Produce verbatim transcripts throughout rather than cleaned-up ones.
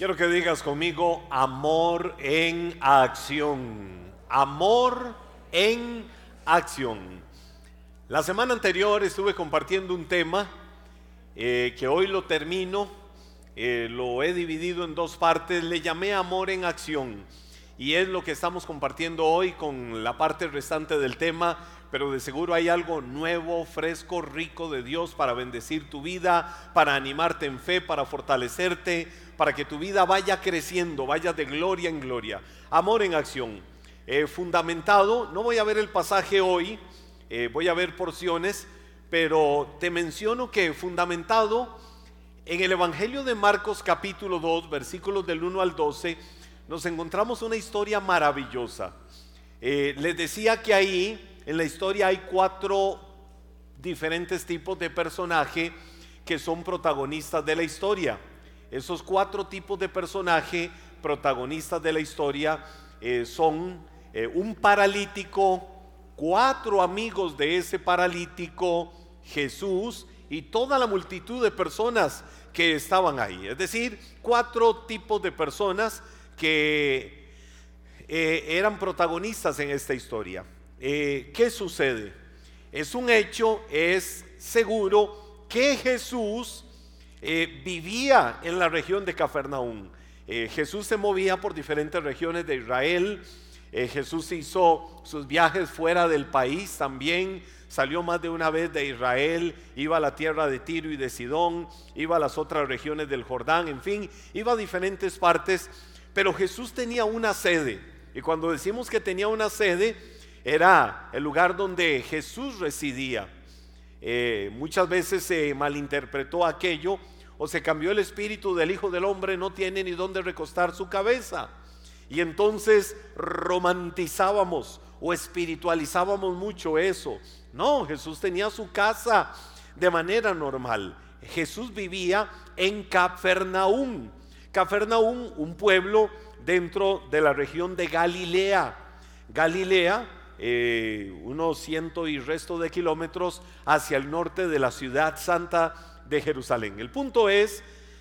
Quiero que digas conmigo: amor en acción. Amor en acción. La semana anterior estuve compartiendo un tema eh, que hoy lo termino. eh, Lo he dividido en dos partes. Le llamé amor en acción, y es lo que estamos compartiendo hoy con la parte restante del tema. Pero de seguro hay algo nuevo, fresco, rico de Dios para bendecir tu vida, para animarte en fe, para fortalecerte, para que tu vida vaya creciendo, vaya de gloria en gloria. Amor en acción, eh, fundamentado. No voy a ver el pasaje hoy, eh, voy a ver porciones, pero te menciono que fundamentado en el Evangelio de Marcos capítulo dos, versículos del uno al doce, nos encontramos una historia maravillosa. Eh, les decía que ahí en la historia hay cuatro diferentes tipos de personaje que son protagonistas de la historia. Esos cuatro tipos de personaje protagonistas de la historia eh, son eh, un paralítico, cuatro amigos de ese paralítico, Jesús y toda la multitud de personas que estaban ahí. Es decir, cuatro tipos de personas que eh, eran protagonistas en esta historia. Eh, ¿Qué sucede? Es un hecho, es seguro que Jesús eh, vivía en la región de Cafarnaúm. Eh, Jesús se movía por diferentes regiones de Israel. Eh, Jesús hizo sus viajes fuera del país también. Salió más de una vez de Israel, iba a la tierra de Tiro y de Sidón, iba a las otras regiones del Jordán, en fin, iba a diferentes partes. Pero Jesús tenía una sede, y cuando decimos que tenía una sede, era el lugar donde Jesús residía. Eh, muchas veces se malinterpretó aquello, o se cambió el espíritu del Hijo del Hombre, no tiene ni dónde recostar su cabeza. Y entonces romantizábamos o espiritualizábamos mucho eso. No, Jesús tenía su casa de manera normal. Jesús vivía en Cafarnaúm. Cafarnaúm, un pueblo dentro de la región de Galilea. Galilea, eh, unos ciento y resto de kilómetros hacia el norte de la ciudad santa de Jerusalén. El punto es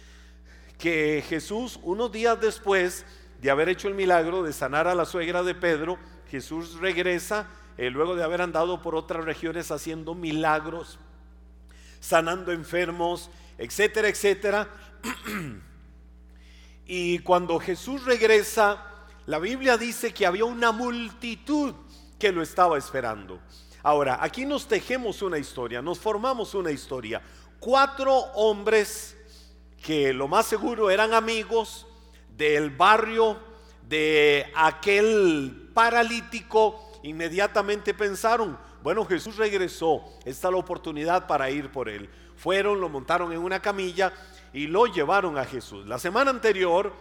que Jesús, unos días después de haber hecho el milagro de sanar a la suegra de Pedro, Jesús regresa eh, luego de haber andado por otras regiones haciendo milagros, sanando enfermos, etcétera, etcétera. Y cuando Jesús regresa, la Biblia dice que había una multitud que lo estaba esperando. Ahora, aquí nos tejemos una historia, nos formamos una historia. Cuatro hombres que lo más seguro eran amigos del barrio de aquel paralítico, inmediatamente pensaron: bueno, Jesús regresó, esta es la oportunidad para ir por él. Fueron, lo montaron en una camilla y lo llevaron a Jesús. La semana anterior,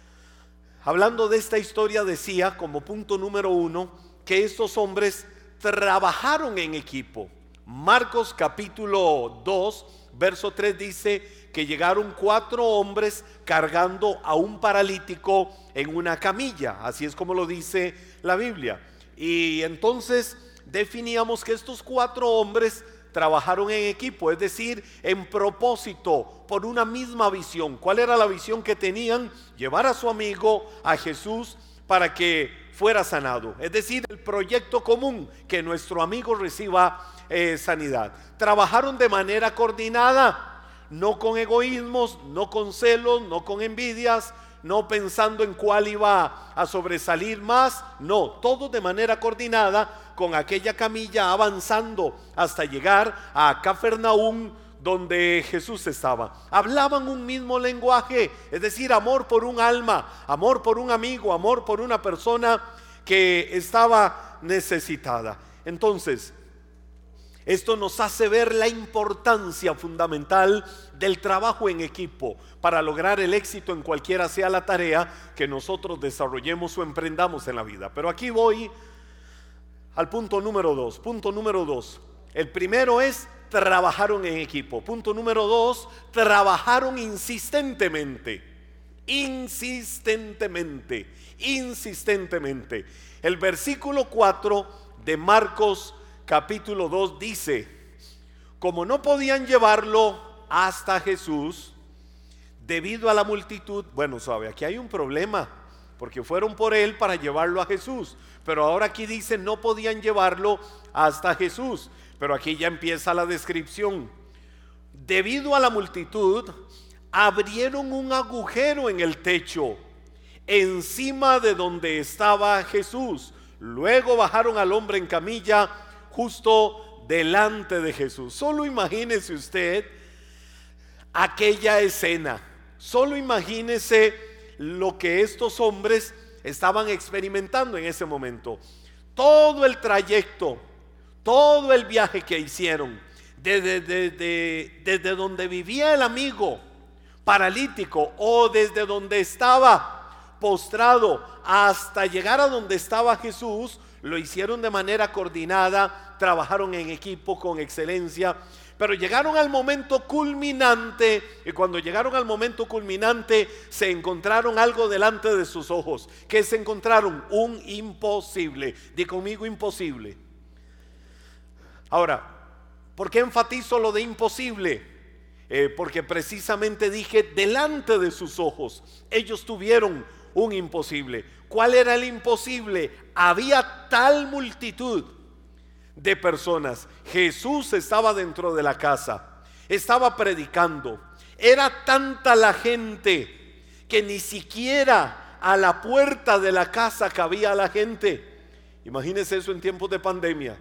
hablando de esta historia, decía como punto número uno que estos hombres trabajaron en equipo. Marcos capítulo dos, verso tres dice que llegaron cuatro hombres cargando a un paralítico en una camilla. Así es como lo dice la Biblia. Y entonces definíamos que estos cuatro hombres trabajaron en equipo, es decir, en propósito, por una misma visión. ¿Cuál era la visión que tenían? Llevar a su amigo, a Jesús, para que fuera sanado. Es decir, el proyecto común, que nuestro amigo reciba eh, sanidad. Trabajaron de manera coordinada, no con egoísmos, no con celos, no con envidias, no pensando en cuál iba a sobresalir más. No, todos de manera coordinada, con aquella camilla avanzando hasta llegar a Cafarnaúm, donde Jesús estaba. Hablaban un mismo lenguaje, es decir, amor por un alma, amor por un amigo, amor por una persona que estaba necesitada. Entonces, esto nos hace ver la importancia fundamental del trabajo en equipo para lograr el éxito en cualquiera sea la tarea que nosotros desarrollemos o emprendamos en la vida. Pero aquí voy al punto número dos. Punto número dos. El primero es: trabajaron en equipo. Punto número dos: trabajaron insistentemente. Insistentemente. Insistentemente. El versículo cuatro de Marcos capítulo dos dice: como no podían llevarlo hasta Jesús, debido a la multitud. Bueno, sabe, aquí hay un problema, porque fueron por él para llevarlo a Jesús, pero ahora aquí dice no podían llevarlo hasta Jesús. Pero aquí ya empieza la descripción. Debido a la multitud, abrieron un agujero en el techo encima de donde estaba Jesús. Luego bajaron al hombre en camilla justo delante de Jesús. Solo imagínese usted aquella escena. Solo imagínese lo que estos hombres estaban experimentando en ese momento. Todo el trayecto, todo el viaje que hicieron, desde, desde, desde donde vivía el amigo paralítico o desde donde estaba postrado hasta llegar a donde estaba Jesús, lo hicieron de manera coordinada, trabajaron en equipo con excelencia. Pero llegaron al momento culminante, y cuando llegaron al momento culminante se encontraron algo delante de sus ojos. ¿Qué se encontraron? Un imposible. Di conmigo, imposible. Ahora, ¿por qué enfatizo lo de imposible? Eh, porque precisamente dije delante de sus ojos. Ellos tuvieron un imposible. ¿Cuál era el imposible? Había tal multitud de personas. Jesús estaba dentro de la casa, estaba predicando. Era tanta la gente que ni siquiera a la puerta de la casa cabía la gente. Imagínense eso en tiempos de pandemia.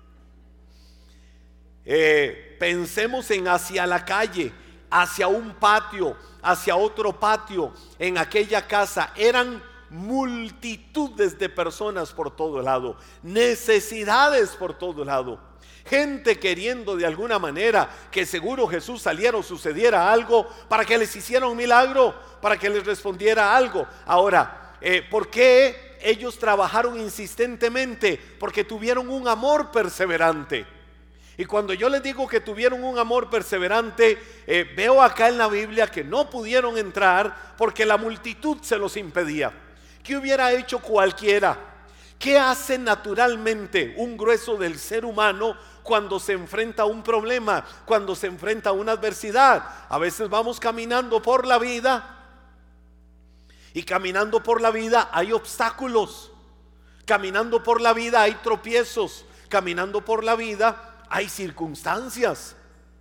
Eh, pensemos en hacia la calle, hacia un patio, hacia otro patio. En aquella casa eran multitudes de personas por todo lado, necesidades por todo lado, gente queriendo de alguna manera que seguro Jesús saliera o sucediera algo para que les hiciera un milagro, para que les respondiera algo. Ahora, eh, ¿por qué ellos trabajaron insistentemente? Porque tuvieron un amor perseverante. Y cuando yo les digo que tuvieron un amor perseverante, eh, veo acá en la Biblia que no pudieron entrar porque la multitud se los impedía. ¿Qué hubiera hecho cualquiera? ¿Qué hace naturalmente un grueso del ser humano cuando se enfrenta a un problema, cuando se enfrenta a una adversidad? A veces vamos caminando por la vida y caminando por la vida hay obstáculos, caminando por la vida hay tropiezos, caminando por la vida hay circunstancias,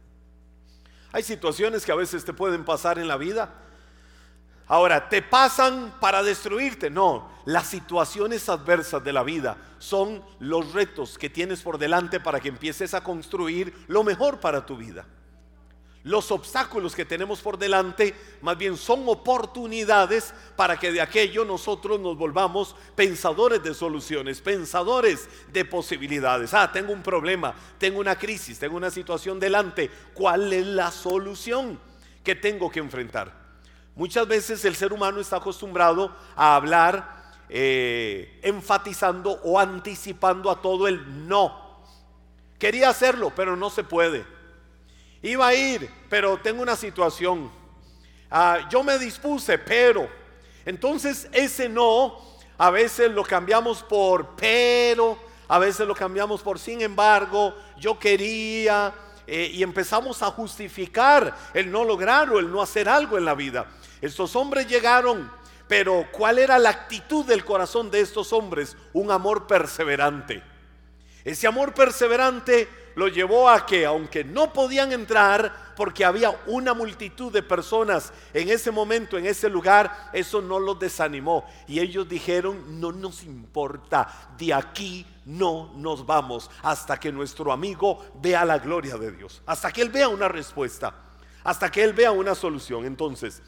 hay situaciones que a veces te pueden pasar en la vida. Ahora, ¿te pasan para destruirte? No, las situaciones adversas de la vida son los retos que tienes por delante para que empieces a construir lo mejor para tu vida. Los obstáculos que tenemos por delante más bien son oportunidades para que de aquello nosotros nos volvamos pensadores de soluciones, pensadores de posibilidades. Ah, tengo un problema, tengo una crisis, tengo una situación delante. ¿Cuál es la solución que tengo que enfrentar? Muchas veces el ser humano está acostumbrado a hablar eh, enfatizando o anticipando a todo el no. Quería hacerlo, pero no se puede. Iba a ir, pero tengo una situación. Ah, yo me dispuse, pero. Entonces ese no, a veces lo cambiamos por pero, a veces lo cambiamos por sin embargo, yo quería, eh, y empezamos a justificar el no lograr o el no hacer algo en la vida. Estos hombres llegaron, pero ¿cuál era la actitud del corazón de estos hombres? Un amor perseverante. Ese amor perseverante lo llevó a que, aunque no podían entrar porque había una multitud de personas en ese momento, en ese lugar, eso no los desanimó. Y ellos dijeron, no nos importa, de aquí no nos vamos hasta que nuestro amigo vea la gloria de Dios, hasta que él vea una respuesta, hasta que él vea una solución. Entonces,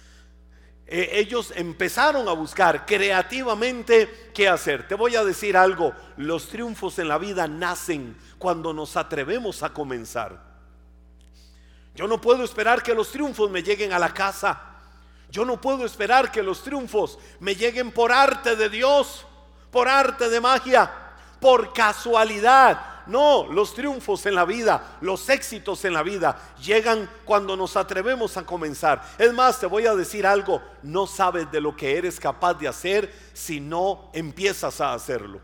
Eh, ellos empezaron a buscar creativamente qué hacer. Te voy a decir algo, los triunfos en la vida nacen cuando nos atrevemos a comenzar. Yo no puedo esperar que los triunfos me lleguen a la casa. Yo no puedo esperar que los triunfos me lleguen por arte de Dios, por arte de magia, por casualidad. No, los triunfos en la vida, los éxitos en la vida llegan cuando nos atrevemos a comenzar. Es más, te voy a decir algo, no sabes de lo que eres capaz de hacer si no empiezas a hacerlo.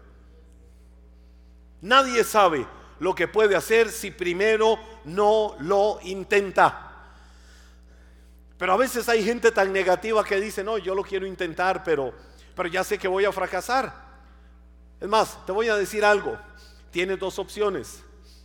Nadie sabe lo que puede hacer si primero no lo intenta. Pero a veces hay gente tan negativa que dice, no, yo lo quiero intentar, pero, pero ya sé que voy a fracasar. Es más, te voy a decir algo. Tienes dos opciones.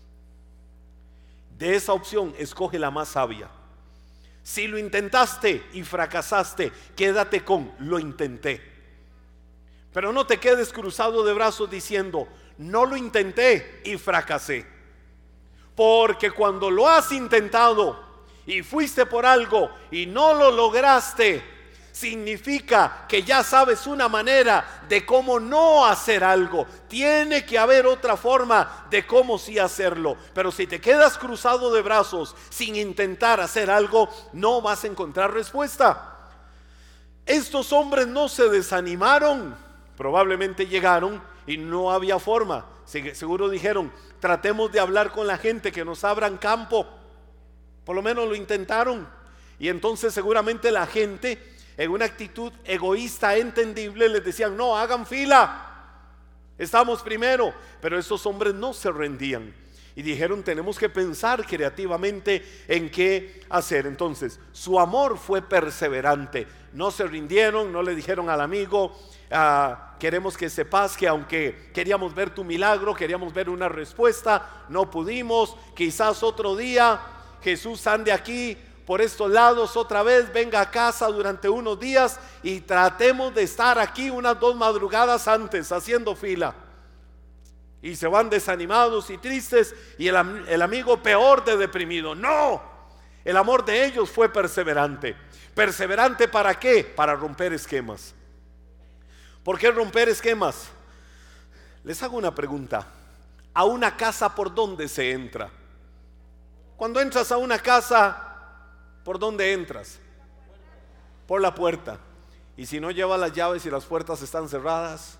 De esa opción, escoge la más sabia. Si lo intentaste y fracasaste, quédate con lo intenté. Pero no te quedes cruzado de brazos diciendo, no lo intenté y fracasé. Porque cuando lo has intentado y fuiste por algo y no lo lograste, significa que ya sabes una manera de cómo no hacer algo. Tiene que haber otra forma de cómo sí hacerlo. Pero si te quedas cruzado de brazos sin intentar hacer algo, no vas a encontrar respuesta. Estos hombres no se desanimaron. Probablemente llegaron y no había forma. Seguro dijeron, tratemos de hablar con la gente, que nos abran campo. Por lo menos lo intentaron. Y entonces seguramente la gente, en una actitud egoísta entendible, les decían, no, hagan fila, estamos primero. Pero esos hombres no se rendían y dijeron, tenemos que pensar creativamente en qué hacer. Entonces su amor fue perseverante. No se rindieron, no le dijeron al amigo, ah, queremos que sepas que aunque queríamos ver tu milagro, queríamos ver una respuesta, no pudimos, quizás otro día Jesús ande aquí por estos lados otra vez, venga a casa durante unos días y tratemos de estar aquí unas dos madrugadas antes haciendo fila. Y se van desanimados y tristes, y el, el amigo peor de deprimido. No, el amor de ellos fue perseverante. ¿Perseverante para qué? Para romper esquemas. ¿Por qué romper esquemas? Les hago una pregunta. ¿A una casa por dónde se entra? Cuando entras a una casa, ¿por dónde entras? Por la puerta. Y si no llevas las llaves y las puertas están cerradas.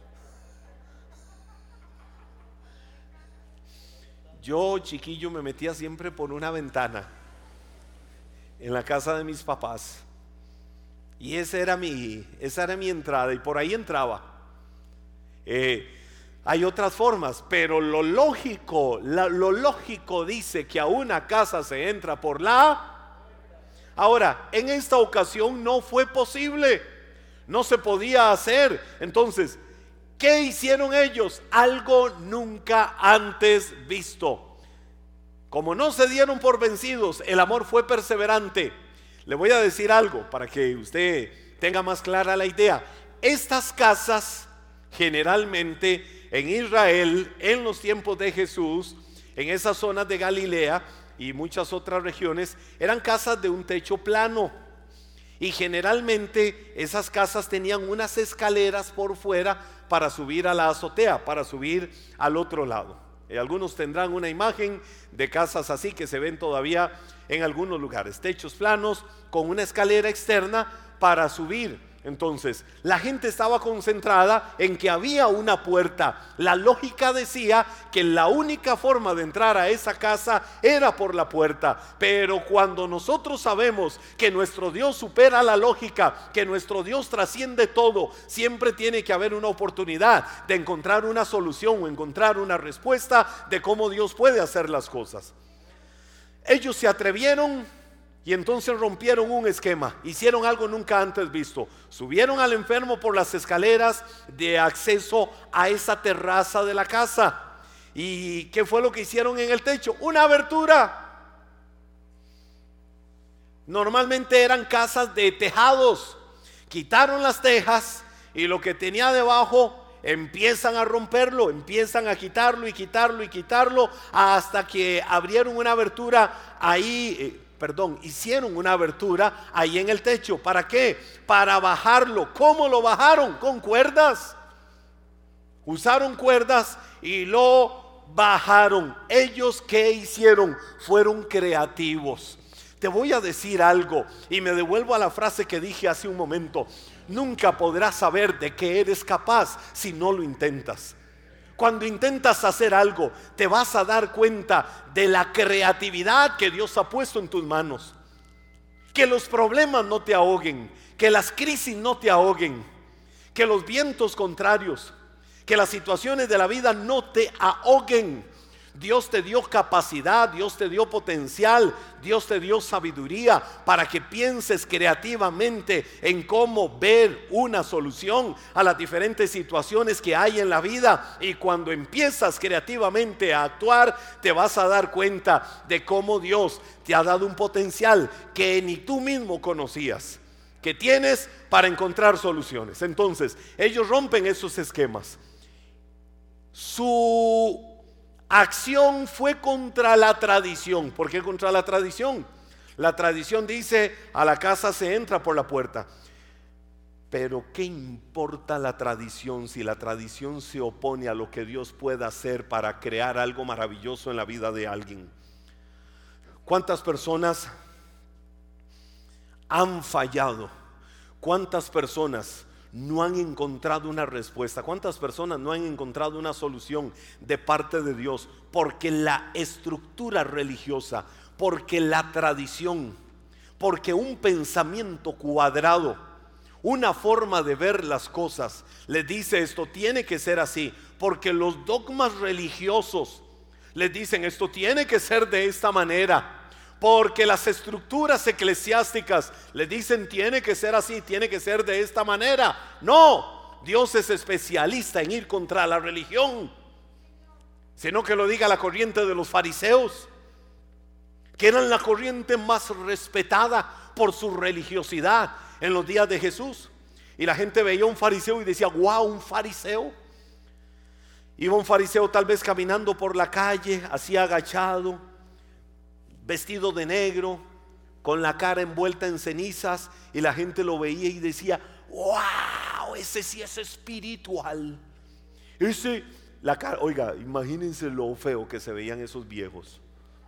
Yo, chiquillo, me metía siempre por una ventana en la casa de mis papás. Y esa era mi, esa era mi entrada, y por ahí entraba. Eh, hay otras formas, pero lo lógico, la, lo lógico dice que a una casa se entra por la... Ahora, en esta ocasión no fue posible, no se podía hacer. Entonces, ¿qué hicieron ellos? Algo nunca antes visto. Como no se dieron por vencidos, el amor fue perseverante. Le voy a decir algo para que usted tenga más clara la idea. Estas casas, generalmente en Israel, en los tiempos de Jesús, en esas zonas de Galilea y muchas otras regiones, eran casas de un techo plano. Y generalmente esas casas tenían unas escaleras por fuera para subir a la azotea, para subir al otro lado. Y algunos tendrán una imagen de casas así que se ven todavía en algunos lugares, techos planos con una escalera externa para subir. Entonces la gente estaba concentrada en que había una puerta. La lógica decía que la única forma de entrar a esa casa era por la puerta. Pero cuando nosotros sabemos que nuestro Dios supera la lógica, que nuestro Dios trasciende todo, siempre tiene que haber una oportunidad de encontrar una solución o encontrar una respuesta de cómo Dios puede hacer las cosas. Ellos se atrevieron y entonces rompieron un esquema, hicieron algo nunca antes visto. Subieron al enfermo por las escaleras de acceso a esa terraza de la casa. ¿Y qué fue lo que hicieron en el techo? Una abertura. Normalmente eran casas de tejados. Quitaron las tejas y lo que tenía debajo empiezan a romperlo, empiezan a quitarlo y quitarlo y quitarlo hasta que abrieron una abertura ahí. Eh, Perdón, hicieron una abertura ahí en el techo. ¿Para qué? Para bajarlo. ¿Cómo lo bajaron? Con cuerdas. Usaron cuerdas y lo bajaron. ¿Ellos qué hicieron? Fueron creativos. Te voy a decir algo y me devuelvo a la frase que dije hace un momento. Nunca podrás saber de qué eres capaz si no lo intentas. Cuando intentas hacer algo, te vas a dar cuenta de la creatividad que Dios ha puesto en tus manos. Que los problemas no te ahoguen, que las crisis no te ahoguen, que los vientos contrarios, que las situaciones de la vida no te ahoguen. Dios te dio capacidad, Dios te dio potencial, Dios te dio sabiduría para que pienses creativamente en cómo ver una solución a las diferentes situaciones que hay en la vida. Y cuando empiezas creativamente a actuar, te vas a dar cuenta de cómo Dios te ha dado un potencial que ni tú mismo conocías, que tienes para encontrar soluciones. Entonces, ellos rompen esos esquemas. Su acción fue contra la tradición. ¿Por qué contra la tradición? La tradición dice: a la casa se entra por la puerta. Pero ¿qué importa la tradición si la tradición se opone a lo que Dios pueda hacer para crear algo maravilloso en la vida de alguien? ¿Cuántas personas han fallado? ¿Cuántas personas no han encontrado una respuesta? ¿Cuántas personas no han encontrado una solución de parte de Dios? Porque la estructura religiosa, porque la tradición, porque un pensamiento cuadrado, una forma de ver las cosas, les dice: esto tiene que ser así. Porque los dogmas religiosos les dicen: esto tiene que ser de esta manera. Porque las estructuras eclesiásticas le dicen: tiene que ser así, tiene que ser de esta manera. No, Dios es especialista en ir contra la religión, sino que lo diga la corriente de los fariseos, que eran la corriente más respetada por su religiosidad en los días de Jesús. Y la gente veía a un fariseo y decía: wow, un fariseo. Iba un fariseo tal vez caminando por la calle, así agachado, vestido de negro, con la cara envuelta en cenizas, y la gente lo veía y decía: wow, ese sí es espiritual. Ese, la cara, oiga, imagínense lo feo que se veían esos viejos,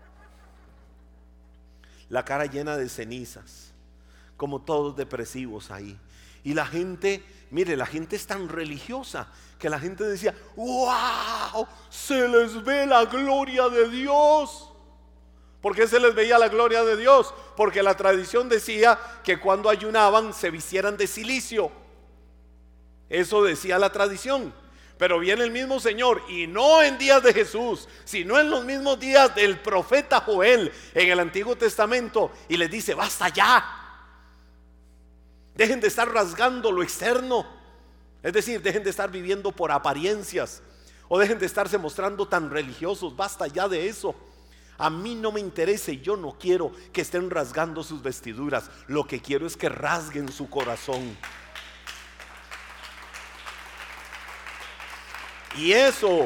la cara llena de cenizas, como todos depresivos ahí. Y la gente, mire, la gente es tan religiosa que la gente decía: wow, se les ve la gloria de Dios. ¿Por qué se les veía la gloria de Dios? Porque la tradición decía que cuando ayunaban se vistieran de cilicio. Eso decía la tradición. Pero viene el mismo Señor, y no en días de Jesús, sino en los mismos días del profeta Joel en el Antiguo Testamento, y les dice: basta ya, dejen de estar rasgando lo externo. Es decir, dejen de estar viviendo por apariencias, o dejen de estarse mostrando tan religiosos. Basta ya de eso. A mí no me interesa y yo no quiero que estén rasgando sus vestiduras. Lo que quiero es que rasguen su corazón. Y eso,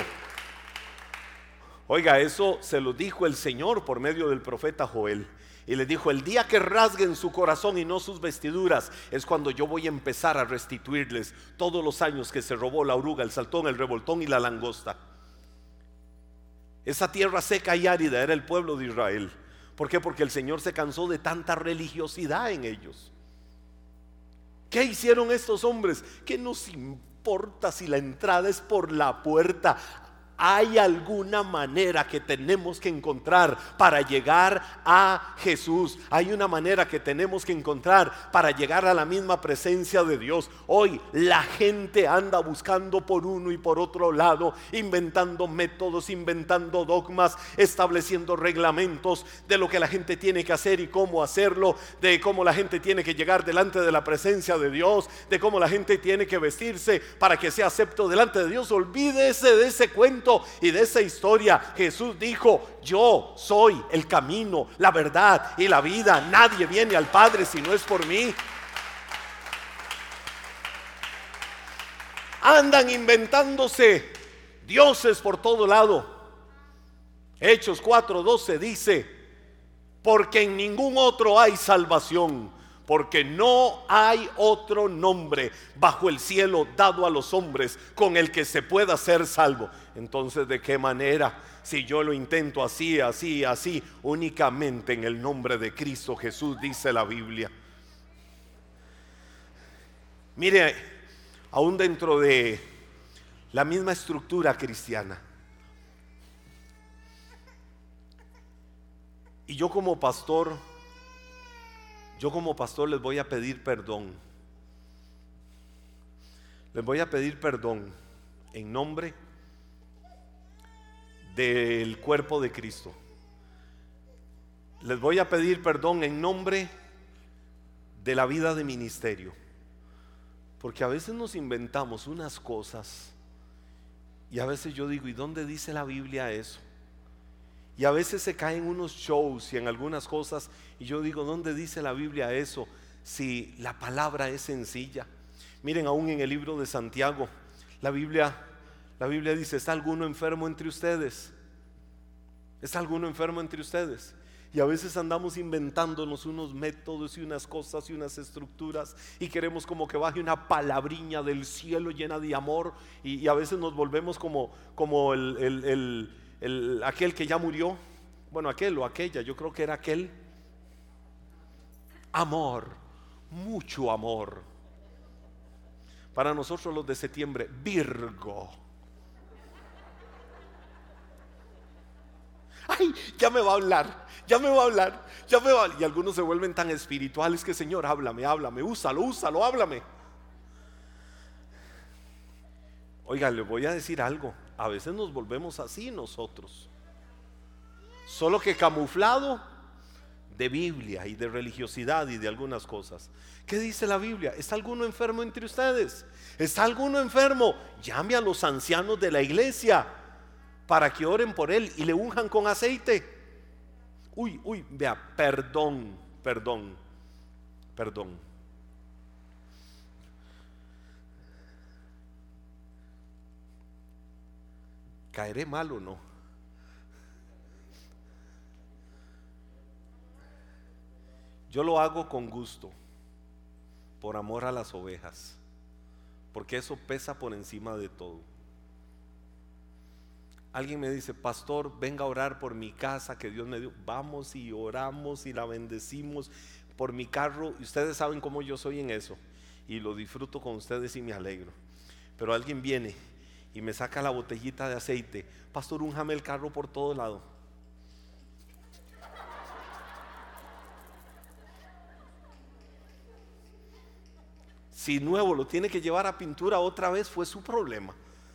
oiga, eso se lo dijo el Señor por medio del profeta Joel. Y les dijo: el día que rasguen su corazón y no sus vestiduras, es cuando yo voy a empezar a restituirles todos los años que se robó la oruga, el saltón, el revoltón y la langosta. Esa tierra seca y árida era el pueblo de Israel. ¿Por qué? Porque el Señor se cansó de tanta religiosidad en ellos. ¿Qué hicieron estos hombres? ¿Qué nos importa si la entrada es por la puerta? Hay alguna manera que tenemos que encontrar para llegar a Jesús. Hay una manera que tenemos que encontrar para llegar a la misma presencia de Dios. Hoy la gente anda buscando por uno y por otro lado, inventando métodos, inventando dogmas, estableciendo reglamentos de lo que la gente tiene que hacer y cómo hacerlo, de cómo la gente tiene que llegar delante de la presencia de Dios, de cómo la gente tiene que vestirse para que sea acepto delante de Dios. Olvídese de ese cuento y de esa historia. Jesús dijo: yo soy el camino, la verdad y la vida. Nadie viene al Padre si no es por mí. Andan inventándose dioses por todo lado. Hechos cuatro doce dice: porque en ningún otro hay salvación, porque no hay otro nombre bajo el cielo dado a los hombres con el que se pueda ser salvo. Entonces, ¿de qué manera? Si yo lo intento así, así, así, únicamente en el nombre de Cristo Jesús, dice la Biblia. Mire, aún dentro de la misma estructura cristiana, y yo como pastor, yo como pastor les voy a pedir perdón. Les voy a pedir perdón en nombre del cuerpo de Cristo. Les voy a pedir perdón en nombre de la vida de ministerio, porque a veces nos inventamos unas cosas y a veces yo digo, ¿y dónde dice la Biblia eso? Y a veces se caen unos shows y en algunas cosas y yo digo, ¿dónde dice la Biblia eso? Si la palabra es sencilla. Miren, aún en el libro de Santiago, la Biblia, la Biblia dice, ¿está alguno enfermo entre ustedes? ¿Está alguno enfermo entre ustedes? Y a veces andamos inventándonos unos métodos y unas cosas y unas estructuras y queremos como que baje una palabriña del cielo llena de amor y, y a veces nos volvemos como, como el, el, el, el, aquel que ya murió. Bueno, aquel o aquella, yo creo que era aquel. Amor, mucho amor. Para nosotros los de septiembre, Virgo. Ay, ya me va a hablar, ya me va a hablar, ya me va a hablar. Y algunos se vuelven tan espirituales que, Señor, háblame, háblame, úsalo, úsalo, háblame. Oiga, le voy a decir algo. A veces nos volvemos así nosotros, solo que camuflado de Biblia y de religiosidad y de algunas cosas. ¿Qué dice la Biblia? ¿Está alguno enfermo entre ustedes? ¿Está alguno enfermo? Llame a los ancianos de la iglesia para que oren por él y le unjan con aceite. Uy, uy, vea, perdón, perdón, perdón. ¿Caeré mal o no? Yo lo hago con gusto, por amor a las ovejas, porque eso pesa por encima de todo. Alguien me dice, pastor, venga a orar por mi casa que Dios me dio. Vamos y oramos y la bendecimos. Por mi carro, y ustedes saben cómo yo soy en eso, y lo disfruto con ustedes y me alegro. Pero alguien viene y me saca la botellita de aceite. Pastor, únjame el carro por todo lado. Si nuevo lo tiene que llevar a pintura otra vez, fue su problema.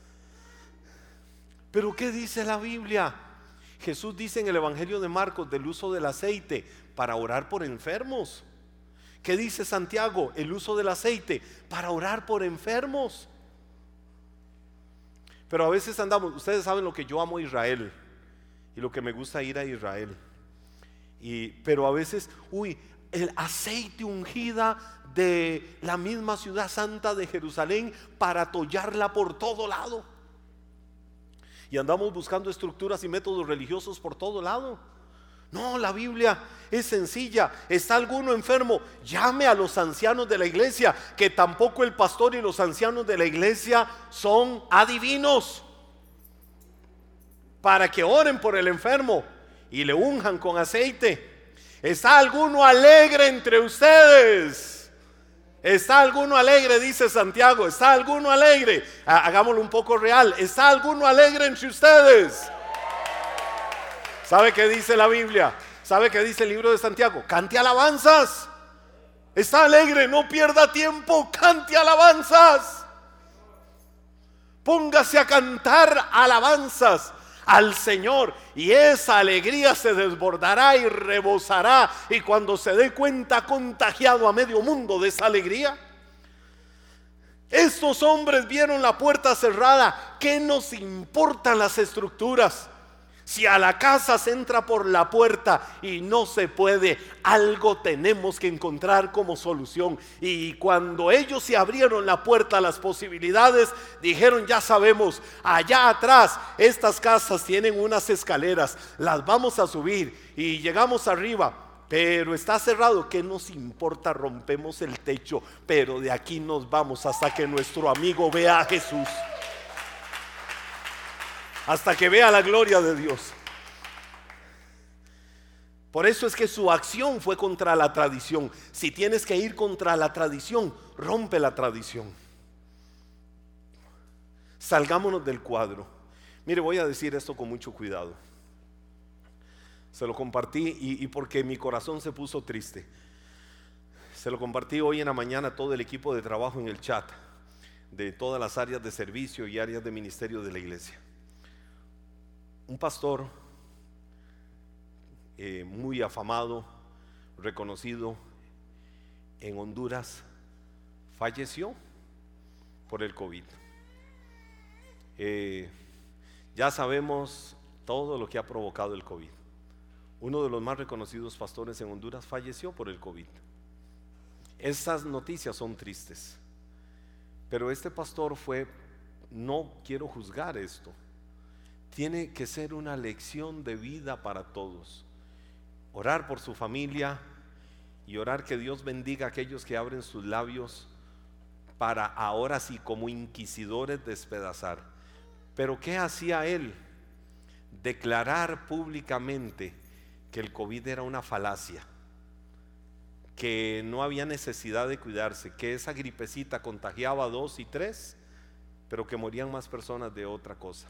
Pero ¿qué dice la Biblia? Jesús dice en el Evangelio de Marcos del uso del aceite para orar por enfermos. ¿Qué dice Santiago? El uso del aceite para orar por enfermos. Pero a veces andamos, ustedes saben lo que yo amo a Israel y lo que me gusta ir a Israel. Y, pero a veces, uy, el aceite ungida de la misma ciudad santa de Jerusalén para atollarla por todo lado. Y andamos buscando estructuras y métodos religiosos por todo lado. No, la Biblia es sencilla. ¿Está alguno enfermo? Llame a los ancianos de la iglesia, que tampoco el pastor y los ancianos de la iglesia son adivinos, para que oren por el enfermo y le unjan con aceite. ¿Está alguno alegre entre ustedes? ¿Está alguno alegre? Dice Santiago. ¿Está alguno alegre? Hagámoslo un poco real. ¿Está alguno alegre entre ustedes? ¿Sabe qué dice la Biblia? ¿Sabe qué dice el libro de Santiago? Cante alabanzas. ¿Está alegre? No pierda tiempo. Cante alabanzas. Póngase a cantar alabanzas al Señor, y esa alegría se desbordará y rebosará, y cuando se dé cuenta ha contagiado a medio mundo de esa alegría. Estos hombres vieron la puerta cerrada. ¿Qué nos importan las estructuras? Si a la casa se entra por la puerta y no se puede, algo tenemos que encontrar como solución. Y cuando ellos se abrieron la puerta a las posibilidades, dijeron, ya sabemos, allá atrás estas casas tienen unas escaleras, las vamos a subir y llegamos arriba, pero está cerrado. ¿Qué nos importa? Rompemos el techo, pero de aquí nos vamos hasta que nuestro amigo vea a Jesús, hasta que vea la gloria de Dios. Por eso es que su acción fue contra la tradición. Si tienes que ir contra la tradición, rompe la tradición. Salgámonos del cuadro. Mire, voy a decir esto con mucho cuidado. Se lo compartí y, y porque mi corazón se puso triste. Se lo compartí hoy en la mañana a todo el equipo de trabajo en el chat de todas las áreas de servicio y áreas de ministerio de la iglesia. un pastor eh, muy afamado, reconocido en Honduras, falleció por el COVID. Eh, ya sabemos todo lo que ha provocado el COVID. Uno de los más reconocidos pastores en Honduras falleció por el COVID. Estas noticias son tristes, pero este pastor fue, no quiero juzgar esto, tiene que ser una lección de vida para todos. Orar por su familia y orar que Dios bendiga a aquellos que abren sus labios para ahora sí como inquisidores despedazar. Pero ¿qué hacía él? Declarar públicamente que el COVID era una falacia, que no había necesidad de cuidarse, que esa gripecita contagiaba a dos y tres, pero que morían más personas de otra cosa.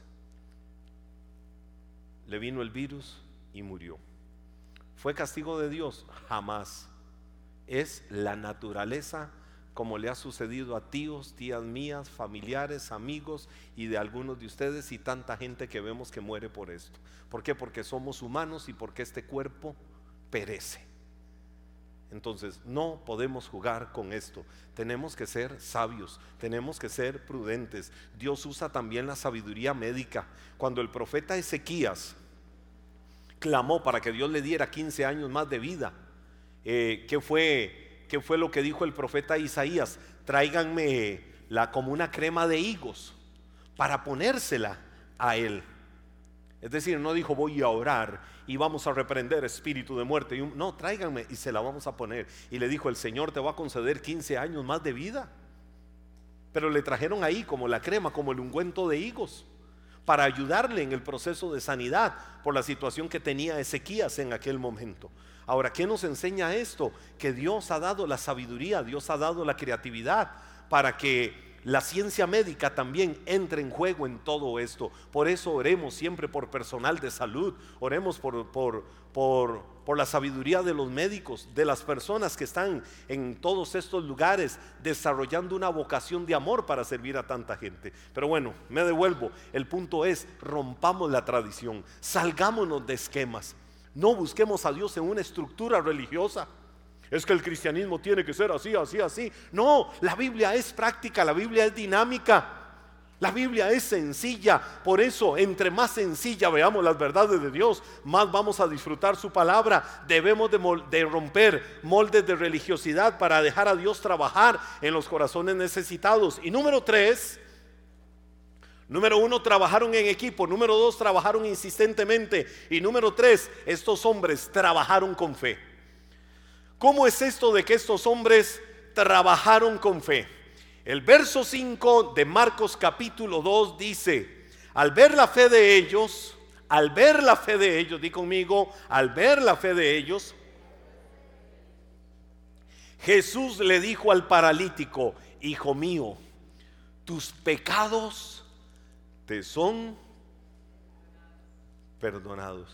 Le vino el virus y murió. ¿Fue castigo de Dios? Jamás. Es la naturaleza, como le ha sucedido a tíos, tías mías, familiares, amigos y de algunos de ustedes y tanta gente que vemos que muere por esto. ¿Por qué? Porque somos humanos y porque este cuerpo perece. Entonces no podemos jugar con esto. Tenemos que ser sabios, tenemos que ser prudentes. Dios usa también la sabiduría médica. Cuando el profeta Ezequías clamó para que Dios le diera quince años más de vida, eh, ¿qué fue, qué fue lo que dijo el profeta Isaías? Tráiganme la, como una crema de higos para ponérsela a él. Es decir, no dijo voy a orar y vamos a reprender espíritu de muerte. Y un, no, tráiganme y se la vamos a poner. Y le dijo, el Señor te va a conceder quince años más de vida. Pero le trajeron ahí como la crema, como el ungüento de higos, para ayudarle en el proceso de sanidad por la situación que tenía Ezequías en aquel momento. Ahora, ¿qué nos enseña esto? Que Dios ha dado la sabiduría, Dios ha dado la creatividad para que la ciencia médica también entra en juego en todo esto. Por eso oremos siempre por personal de salud, oremos por, por, por, por la sabiduría de los médicos, de las personas que están en todos estos lugares desarrollando una vocación de amor para servir a tanta gente. Pero bueno, me devuelvo. El punto es, rompamos la tradición, salgámonos de esquemas, no busquemos a Dios en una estructura religiosa. Es que el cristianismo tiene que ser así, así, así. No, la Biblia es práctica, la Biblia es dinámica, la Biblia es sencilla. Por eso, entre más sencilla veamos las verdades de Dios, más vamos a disfrutar su palabra. Debemos de, mol- de romper moldes de religiosidad para dejar a Dios trabajar en los corazones necesitados. Y número tres, número uno, trabajaron en equipo. Número dos, trabajaron insistentemente. Y número tres, estos hombres trabajaron con fe. ¿Cómo es esto de que estos hombres trabajaron con fe? El verso cinco de Marcos capítulo dos dice, al ver la fe de ellos, al ver la fe de ellos, di conmigo, al ver la fe de ellos, Jesús le dijo al paralítico, hijo mío, tus pecados te son perdonados.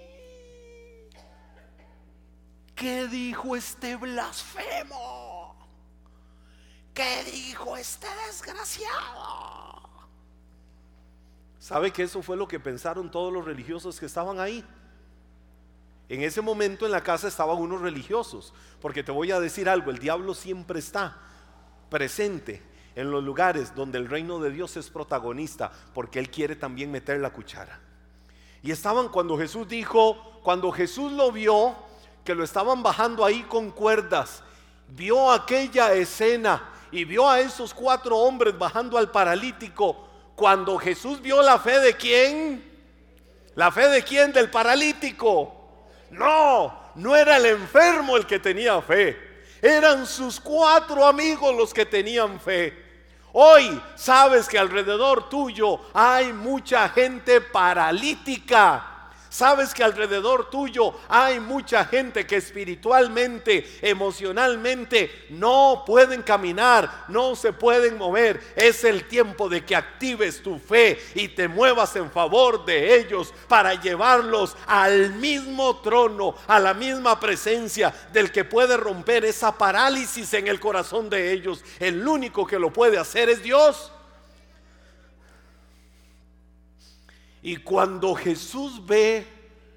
¿Qué dijo este blasfemo? ¿Qué dijo este desgraciado? ¿Sabe que eso fue lo que pensaron todos los religiosos que estaban ahí? En ese momento en la casa estaban unos religiosos, porque te voy a decir algo, el diablo siempre está presente en los lugares donde el reino de Dios es protagonista, porque él quiere también meter la cuchara. Y estaban cuando Jesús dijo, cuando Jesús lo vio, que lo estaban bajando ahí con cuerdas, vio aquella escena y vio a esos cuatro hombres bajando al paralítico. Cuando Jesús vio la fe de quién, la fe de quién, del paralítico. No, no era el enfermo el que tenía fe, eran sus cuatro amigos los que tenían fe. Hoy sabes que alrededor tuyo hay mucha gente paralítica. Sabes que alrededor tuyo hay mucha gente que espiritualmente, emocionalmente no pueden caminar, no se pueden mover. Es el tiempo de que actives tu fe y te muevas en favor de ellos para llevarlos al mismo trono, a la misma presencia del que puede romper esa parálisis en el corazón de ellos. El único que lo puede hacer es Dios. Y cuando Jesús ve,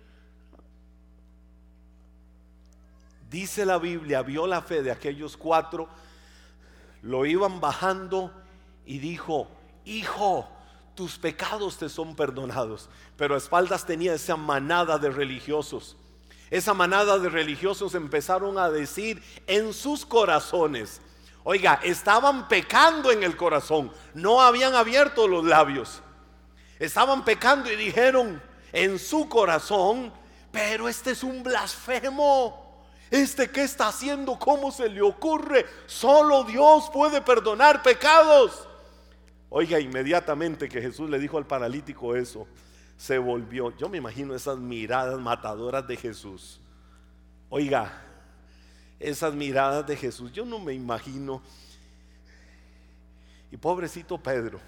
dice la Biblia, vio la fe de aquellos cuatro, lo iban bajando y dijo: hijo, tus pecados te son perdonados. Pero a espaldas tenía esa manada de religiosos. Esa manada de religiosos empezaron a decir en sus corazones, oiga, estaban pecando en el corazón, no habían abierto los labios, estaban pecando y dijeron en su corazón: pero este es un blasfemo, este ¿qué está haciendo? ¿Cómo se le ocurre? Solo Dios puede perdonar pecados. Oiga, inmediatamente que Jesús le dijo al paralítico eso, se volvió. Yo me imagino esas miradas matadoras de Jesús. Oiga, esas miradas de Jesús, yo no me imagino. Y pobrecito Pedro,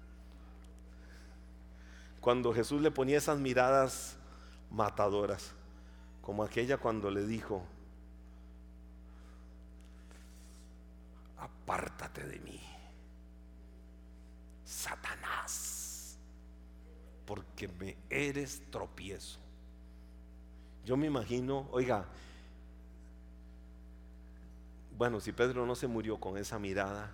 cuando Jesús le ponía esas miradas matadoras, como aquella cuando le dijo: apártate de mí, Satanás, porque me eres tropiezo. Yo me imagino, oiga, bueno, si Pedro no se murió con esa mirada,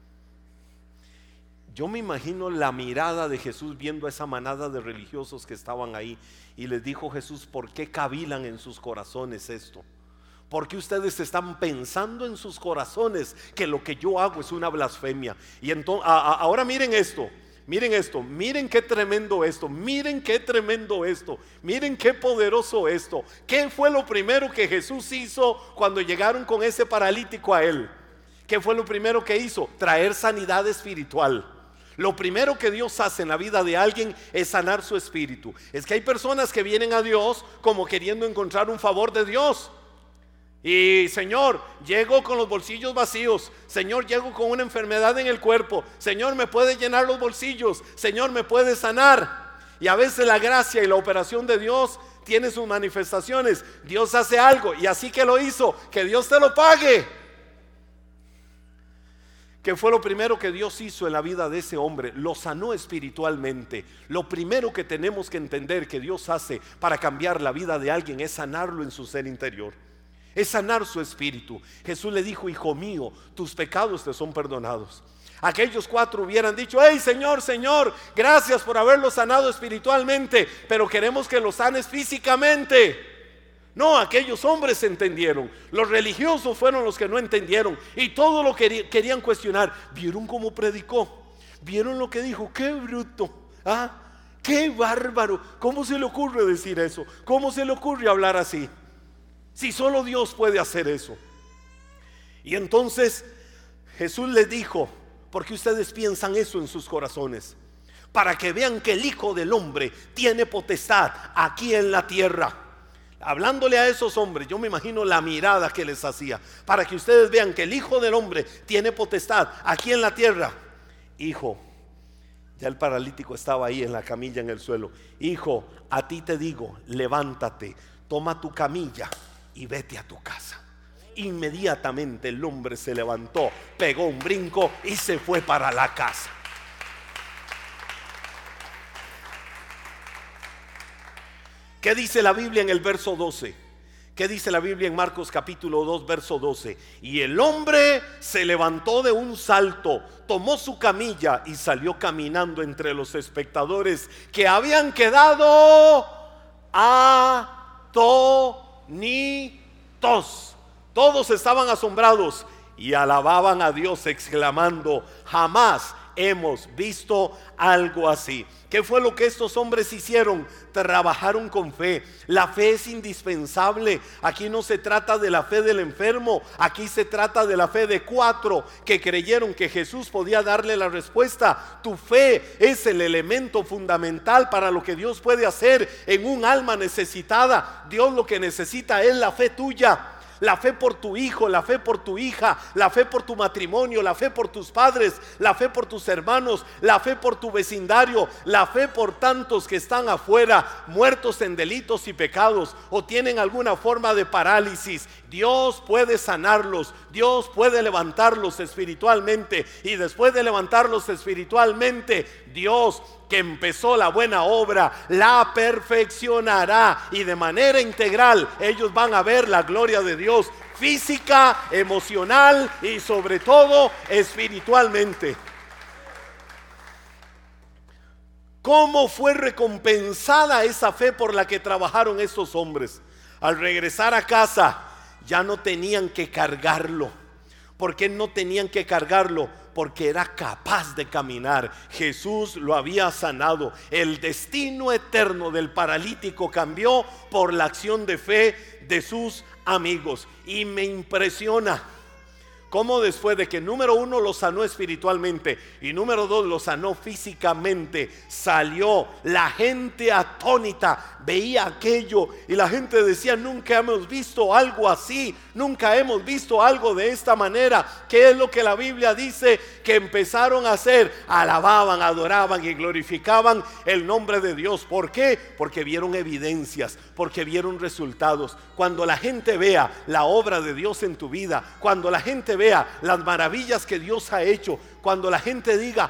yo me imagino la mirada de Jesús viendo a esa manada de religiosos que estaban ahí, y les dijo Jesús: ¿por qué cavilan en sus corazones esto? ¿Por qué ustedes están pensando en sus corazones que lo que yo hago es una blasfemia? Y entonces, ahora miren esto, miren esto, miren qué tremendo esto, miren qué tremendo esto, miren qué poderoso esto. ¿Qué fue lo primero que Jesús hizo cuando llegaron con ese paralítico a él? ¿Qué fue lo primero que hizo? Traer sanidad espiritual. Lo primero que Dios hace en la vida de alguien es sanar su espíritu. Es que hay personas que vienen a Dios como queriendo encontrar un favor de Dios. Y Señor, llego con los bolsillos vacíos. Señor, llego con una enfermedad en el cuerpo. Señor, me puede llenar los bolsillos. Señor, me puede sanar. Y a veces la gracia y la operación de Dios tiene sus manifestaciones. Dios hace algo y así que lo hizo, que Dios te lo pague. ¿Qué fue lo primero que Dios hizo en la vida de ese hombre? Lo sanó espiritualmente. Lo primero que tenemos que entender que Dios hace para cambiar la vida de alguien es sanarlo en su ser interior, es sanar su espíritu. Jesús le dijo: hijo mío, tus pecados te son perdonados. Aquellos cuatro hubieran dicho: hey Señor, Señor, gracias por haberlo sanado espiritualmente, pero queremos que lo sanes físicamente. No, aquellos hombres entendieron. Los religiosos fueron los que no entendieron y todo lo que querían cuestionar. ¿Vieron cómo predicó? ¿Vieron lo que dijo? ¡Qué bruto! ¿Ah? ¡Qué bárbaro! ¿Cómo se le ocurre decir eso? ¿Cómo se le ocurre hablar así? Si solo Dios puede hacer eso. Y entonces Jesús les dijo: ¿por qué ustedes piensan eso en sus corazones? Para que vean que el Hijo del Hombre tiene potestad aquí en la tierra. Hablándole a esos hombres, yo me imagino la mirada que les hacía, para que ustedes vean que el Hijo del Hombre tiene potestad aquí en la tierra. Hijo, ya el paralítico estaba ahí en la camilla en el suelo. Hijo, a ti te digo, levántate, toma tu camilla y vete a tu casa. Inmediatamente el hombre se levantó, pegó un brinco y se fue para la casa. ¿Qué dice la Biblia en el verso doce? ¿Qué dice la Biblia en Marcos capítulo dos verso doce? Y el hombre se levantó de un salto, tomó su camilla y salió caminando entre los espectadores, que habían quedado atónitos. Todos estaban asombrados y alababan a Dios exclamando: jamás hemos visto algo así. ¿Qué fue lo que estos hombres hicieron? Trabajaron con fe. La fe es indispensable. Aquí no se trata de la fe del enfermo, aquí se trata de la fe de cuatro que creyeron que Jesús podía darle la respuesta. Tu fe es el elemento fundamental para lo que Dios puede hacer en un alma necesitada. Dios lo que necesita es la fe tuya. La fe por tu hijo, la fe por tu hija, la fe por tu matrimonio, la fe por tus padres, la fe por tus hermanos, la fe por tu vecindario, la fe por tantos que están afuera, muertos en delitos y pecados o tienen alguna forma de parálisis. Dios puede sanarlos, Dios puede levantarlos espiritualmente, y después de levantarlos espiritualmente, Dios que empezó la buena obra la perfeccionará, y de manera integral ellos van a ver la gloria de Dios, física, emocional y sobre todo espiritualmente. ¿Cómo fue recompensada esa fe por la que trabajaron esos hombres? Al regresar a casa ya no tenían que cargarlo. ¿Por qué no tenían que cargarlo? Porque era capaz de caminar. Jesús lo había sanado. El destino eterno del paralítico cambió por la acción de fe de sus amigos. Y me impresiona cómo después de que número uno lo sanó espiritualmente y número dos lo sanó físicamente, salió la gente atónita, veía aquello y la gente decía: nunca hemos visto algo así, nunca hemos visto algo de esta manera. ¿Qué es lo que la Biblia dice que empezaron a hacer? Alababan, adoraban y glorificaban el nombre de Dios. ¿Por qué? Porque vieron evidencias, porque vieron resultados. Cuando la gente vea la obra de Dios en tu vida, cuando la gente vea las maravillas que Dios ha hecho, cuando la gente diga: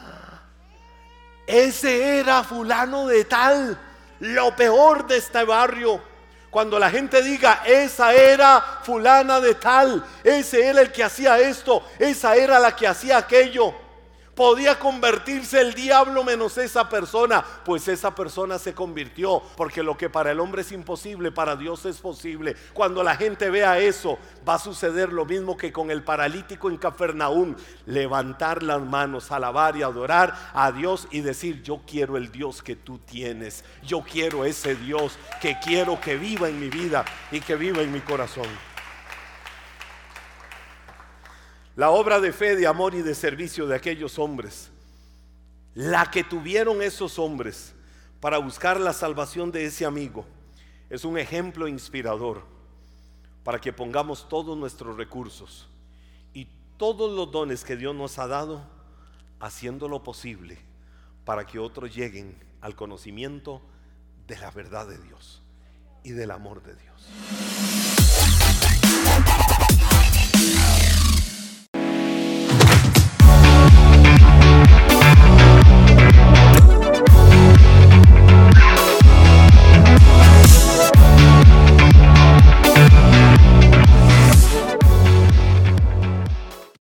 ese era fulano de tal, lo peor de este barrio. Cuando la gente diga: esa era fulana de tal, ese era el que hacía esto, esa era la que hacía aquello. Podía convertirse el diablo menos esa persona, pues esa persona se convirtió, porque lo que para el hombre es imposible, para Dios es posible. Cuando la gente vea eso, va a suceder lo mismo que con el paralítico en Cafarnaúm: levantar las manos, alabar y adorar a Dios y decir: yo quiero el Dios que tú tienes, yo quiero ese Dios que quiero que viva en mi vida y que viva en mi corazón. La obra de fe, de amor y de servicio de aquellos hombres, la que tuvieron esos hombres para buscar la salvación de ese amigo, es un ejemplo inspirador para que pongamos todos nuestros recursos y todos los dones que Dios nos ha dado, haciendo lo posible para que otros lleguen al conocimiento de la verdad de Dios y del amor de Dios.